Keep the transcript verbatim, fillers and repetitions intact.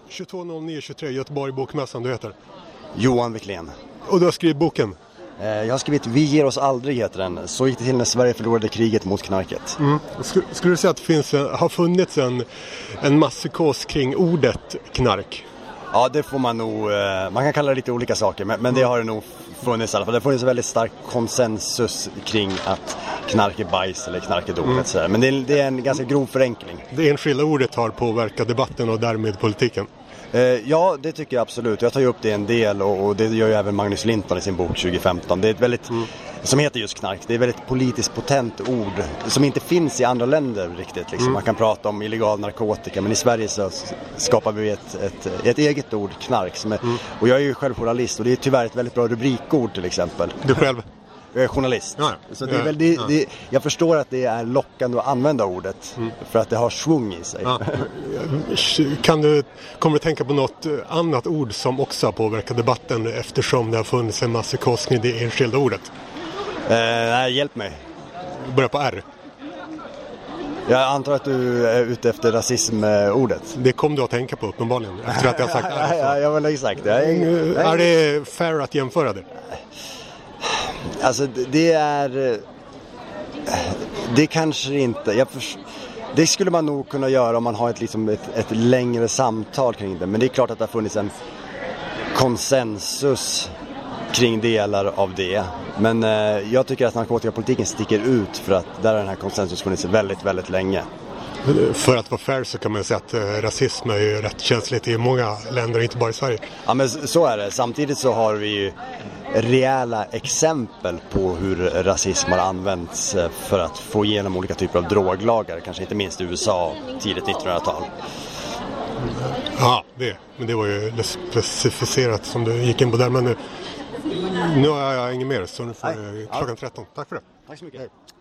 tjugotvå noll nio tjugotre Göteborg Bokmässan, du heter? Johan Wiklén. Och du har skrivit boken? Eh, jag har skrivit Vi ger oss aldrig, heter den. Så gick det till när Sverige förlorade kriget mot knarket. Mm. Sk- skulle du säga att det finns, har funnits en, en masspsykos kring ordet knark? Ja, det får man nog, eh, man kan kalla det lite olika saker, men, men det har det nog funnits i alla fall. Det har funnits väldigt stark konsensus kring att knark är bajs eller knark är dopet. Mm. Men det är, det är en ganska grov förenkling. Det enskilda ordet har påverkat debatten och därmed politiken? Eh, ja, det tycker jag absolut. Jag tar ju upp det en del och, och det gör ju även Magnus Linton i sin bok tjugo femton. Det är ett väldigt, mm. som heter just knark, det är ett väldigt politiskt potent ord som inte finns i andra länder riktigt. Liksom. Mm. Man kan prata om illegal narkotika, men i Sverige så skapar vi ett, ett, ett eget ord, knark. Som är, mm. Och jag är ju själv journalist och det är tyvärr ett väldigt bra rubrikord till exempel. Du själv? Jag är journalist. Ja, så det är väl, det, det, jag förstår att det är lockande att använda ordet mm. för att det har svung i sig. Ja. Kan du, kommer du tänka på något annat ord som också har påverkat debatten eftersom det har funnits en massa kostning i det enskilda ordet? Eh, nej, hjälp mig. Börja på R. Jag antar att du är ute efter rasismordet. Det kom du att tänka på uppenbarligen efter att jag har sagt R. ja, ja, men exakt. Jag är, är det fair att jämföra det? Alltså det är det kanske inte jag för, det skulle man nog kunna göra om man har ett, liksom ett, ett längre samtal kring det, men det är klart att det har funnits en konsensus kring delar av det, men eh, jag tycker att narkotikapolitiken sticker ut för att där har den här konsensus funnits väldigt, väldigt länge. För att vara fair så kan man säga att eh, rasism är ju rätt känsligt i många länder, inte bara i Sverige. Ja, men så är det. Samtidigt så har vi ju rejäla exempel på hur rasism har använts för att få igenom olika typer av droglagar, kanske inte minst i U S A tidigt nittonhundratal. Ja, det. Men det var ju specificerat som du gick in på där, men nu, nu har jag inget mer så nu får jag klockan tretton. Tack för det. Tack så mycket. Hej.